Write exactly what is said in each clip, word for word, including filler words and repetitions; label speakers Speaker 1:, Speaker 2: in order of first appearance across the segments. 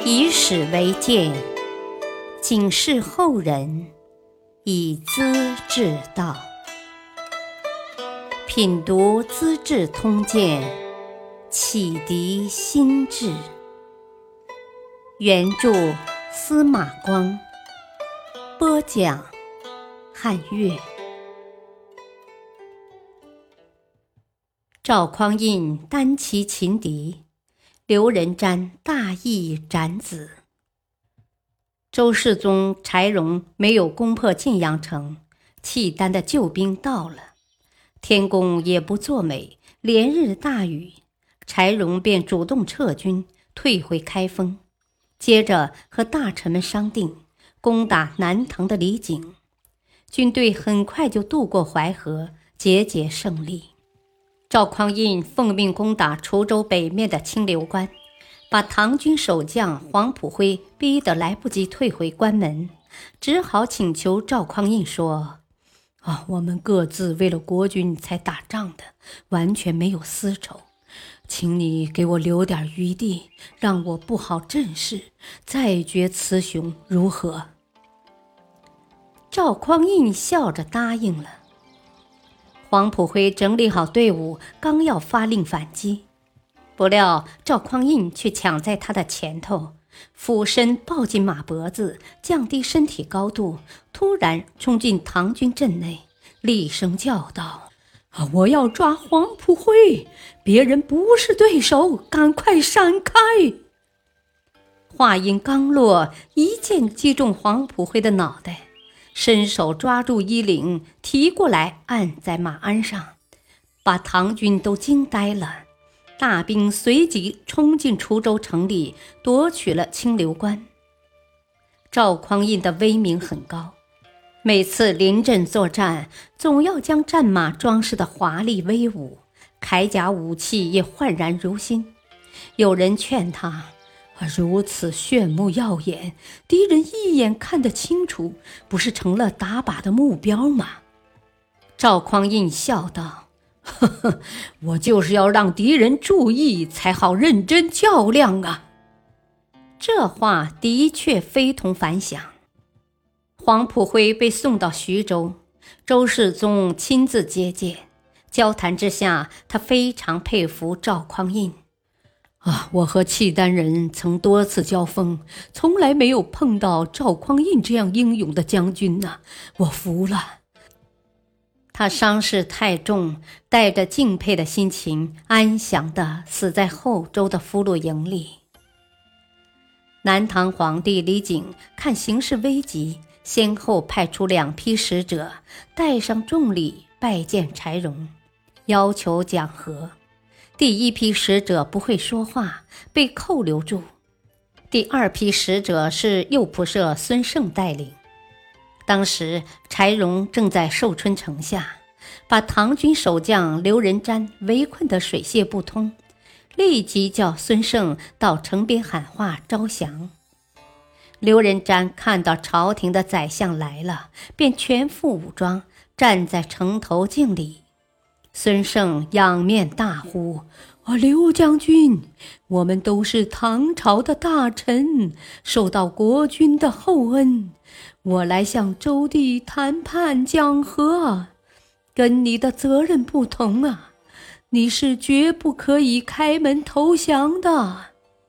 Speaker 1: 以史为鉴，警示后人，以资治道。品读《资治通鉴》，启迪心智。原著司马光，播讲汉乐。赵匡胤单骑擒敌，刘仁瞻大义斩子。周世宗柴荣没有攻破晋阳城，契丹的救兵到了，天公也不作美，连日大雨，柴荣便主动撤军，退回开封，接着和大臣们商定，攻打南唐的李景。军队很快就渡过淮河，节节胜利。赵匡胤奉命攻打滁州北面的清流关，把唐军守将黄埔辉逼得来不及退回关门，只好请求赵匡胤说：啊，我们各自为了国军才打仗的，完全没有私仇，请你给我留点余地，让我布好阵势，再决雌雄，如何？赵匡胤笑着答应了。黄埔辉整理好队伍，刚要发令反击，不料赵匡胤却抢在他的前头，俯身抱紧马脖子，降低身体高度，突然冲进唐军阵内，厉声叫道：我要抓黄埔辉，别人不是对手，赶快闪开！话音刚落，一剑击中黄埔辉的脑袋，伸手抓住衣领，提过来按在马鞍上，把唐军都惊呆了。大兵随即冲进滁州城里，夺取了清流关。赵匡胤的威名很高，每次临阵作战，总要将战马装饰得华丽威武，铠甲武器也焕然如新。有人劝他，如此炫目耀眼，敌人一眼看得清楚，不是成了打靶的目标吗？赵匡胤笑道：呵呵，我就是要让敌人注意，才好认真较量啊。这话的确非同凡响。黄埔辉被送到徐州，周世宗亲自接见，交谈之下，他非常佩服赵匡胤。啊，我和契丹人曾多次交锋，从来没有碰到赵匡胤这样英勇的将军呢、啊，我服了。他伤势太重，带着敬佩的心情，安详地死在后周的俘虏营里。南唐皇帝李景看形势危急，先后派出两批使者，带上重礼拜见柴荣，要求讲和。第一批使者不会说话，被扣留住。第二批使者是右仆射孙胜带领。当时柴荣正在寿春城下，把唐军守将刘仁瞻围困得水泄不通，立即叫孙胜到城边喊话招降。刘仁瞻看到朝廷的宰相来了，便全副武装，站在城头敬礼。孙胜仰面大呼：啊，刘将军，我们都是唐朝的大臣，受到国君的厚恩，我来向周帝谈判讲和，跟你的责任不同啊，你是绝不可以开门投降的。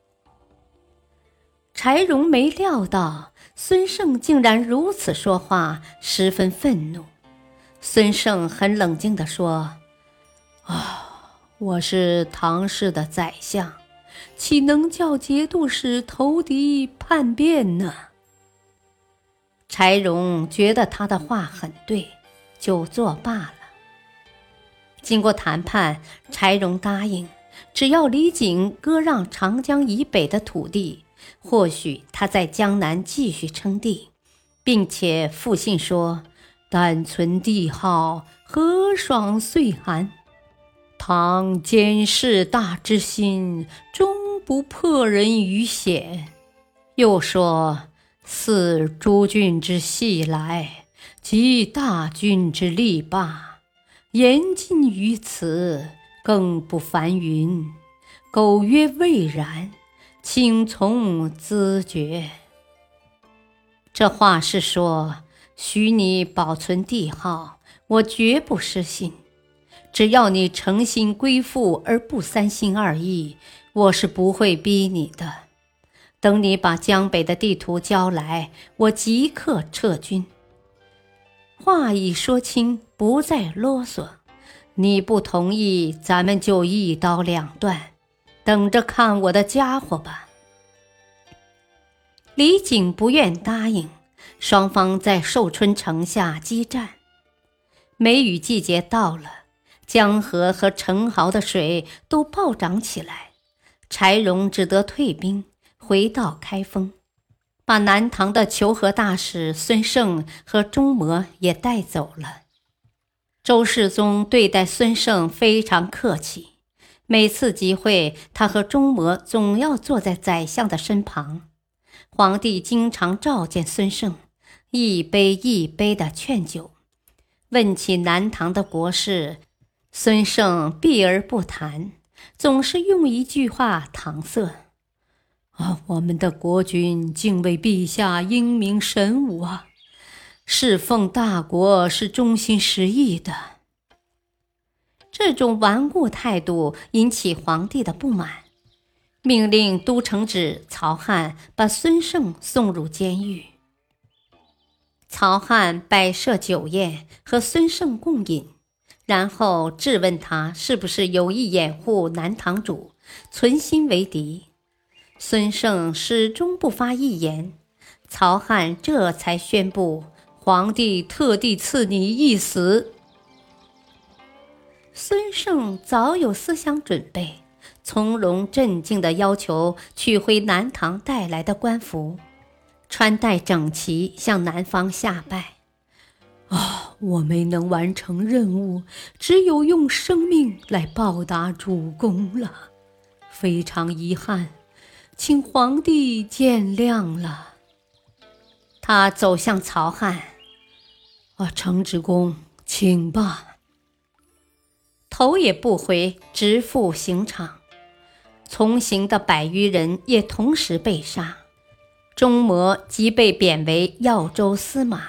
Speaker 1: 柴荣没料到孙胜竟然如此说话，十分愤怒。孙胜很冷静地说：啊，我是唐氏的宰相，岂能叫节度使投敌叛变呢？柴荣觉得他的话很对，就作罢了。经过谈判，柴荣答应，只要李景割让长江以北的土地，或许他在江南继续称帝，并且复信说：但存帝号，何爽岁寒。唐坚士大之心，终不迫人于险。又说：似诸郡之细来，及大军之力罢，言尽于此，更不烦云。苟曰未然， 请从自决。这话是说，许你保存帝号，我绝不失信。只要你诚心归附而不三心二意，我是不会逼你的。等你把江北的地图交来，我即刻撤军。话已说清，不再啰嗦。你不同意，咱们就一刀两断，等着看我的家伙吧。李景不愿答应，双方在寿春城下激战。梅雨季节到了，江河和城壕的水都暴涨起来，柴荣只得退兵，回到开封，把南唐的求和大使孙胜和钟谟也带走了。周世宗对待孙胜非常客气，每次集会，他和钟谟总要坐在宰相的身旁。皇帝经常召见孙胜，一杯一杯的劝酒。问起南唐的国事，孙胜避而不谈，总是用一句话搪塞：啊，我们的国君敬畏陛下英明神武啊，侍奉大国是忠心实意的。这种顽固态度引起皇帝的不满，命令都城指曹翰把孙胜送入监狱。曹翰摆设酒宴和孙胜共饮，然后质问他是不是有意掩护南堂主，存心为敌。孙胜始终不发一言，曹翰这才宣布皇帝特地赐你一死。孙胜早有思想准备，从容镇静地要求取回南唐带来的官服，穿戴整齐，向南方下拜。啊，我没能完成任务，只有用生命来报答主公了，非常遗憾，请皇帝见谅了。他走向曹翰，啊，程职公，请吧。头也不回，直赴刑场。从刑的百余人也同时被杀，钟谟即被贬为耀州司马。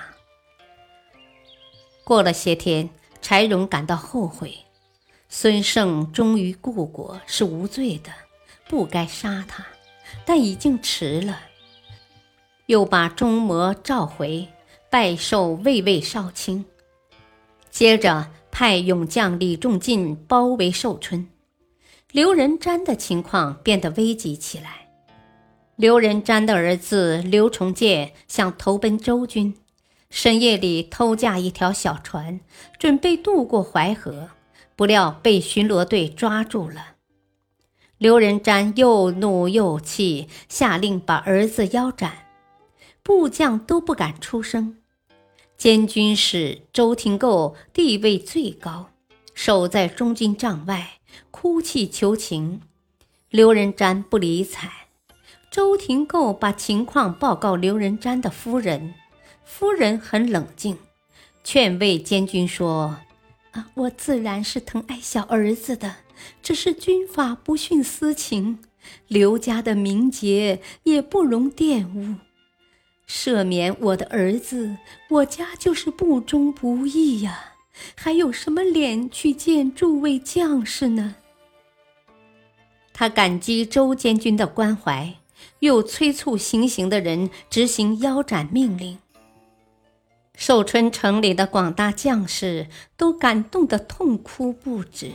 Speaker 1: 过了些天，柴荣感到后悔，孙胜忠于故国是无罪的，不该杀他，但已经迟了。又把钟谟召回，拜授卫尉少卿。接着派勇将李仲进包围寿春，刘仁瞻的情况变得危急起来。刘仁瞻的儿子刘重建想投奔周军，深夜里偷驾一条小船，准备渡过淮河，不料被巡逻队抓住了。刘仁瞻又怒又气，下令把儿子腰斩，部将都不敢出声。监军使周廷构地位最高，守在中军帐外，哭泣求情。刘仁瞻不理睬。周廷构把情况报告刘仁瞻的夫人，夫人很冷静，劝慰监军说：啊，我自然是疼爱小儿子的，只是军法不徇私情，刘家的名节也不容玷污。赦免我的儿子，我家就是不忠不义呀，还有什么脸去见诸位将士呢？他感激周监军的关怀，又催促行刑的人执行腰斩命令。寿春城里的广大将士都感动得痛哭不止。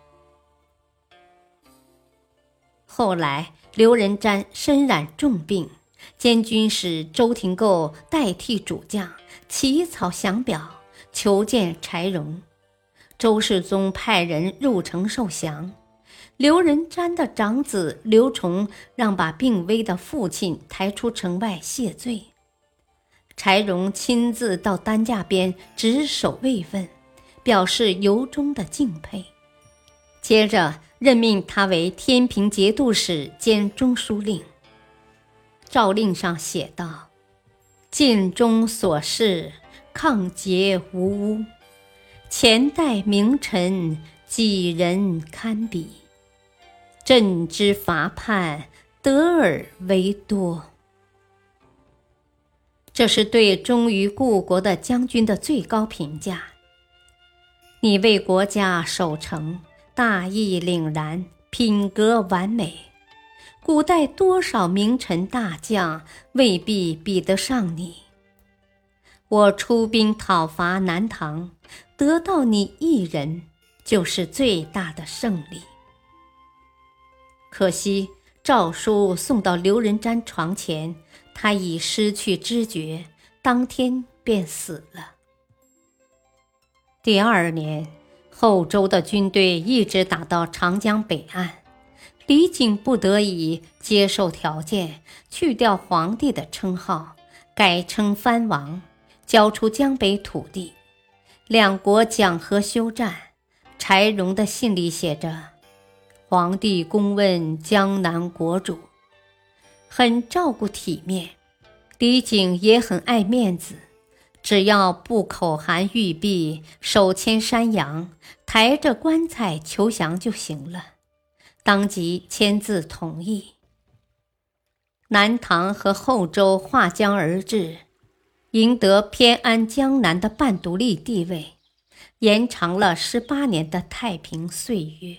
Speaker 1: 后来刘仁瞻身染重病，监军使周廷构代替主将起草降表，求见柴荣。周世宗派人入城受降。刘仁瞻的长子刘崇让把病危的父亲抬出城外谢罪。柴荣亲自到担架边执手慰问，表示由衷的敬佩。接着任命他为天平节度使兼中书令。诏令上写道：尽忠所事，抗节无污，前代名臣，几人堪比。朕之伐叛， 得而为多。这是对忠于故国的将军的最高评价。你为国家守城，大义凛然，品格完美，古代多少名臣大将未必比得上你。我出兵讨伐南唐，得到你一人，就是最大的胜利。可惜诏书送到刘仁瞻床前，他已失去知觉，当天便死了。第二年，后周的军队一直打到长江北岸，李璟不得已接受条件，去掉皇帝的称号，改称藩王，交出江北土地。两国讲和休战。柴荣的信里写着：皇帝公问江南国主，很照顾体面。李璟也很爱面子，只要不口含玉璧，手牵山羊，抬着棺材求降就行了，当即签字同意。南唐和后周划江而治，赢得偏安江南的半独立地位，延长了十八年的太平岁月。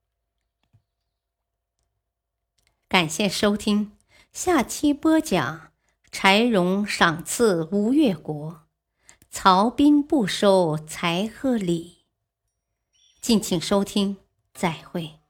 Speaker 1: 感谢收听，下期播讲柴荣赏赐吴越国，曹彬不收财和礼。敬请收听，再会。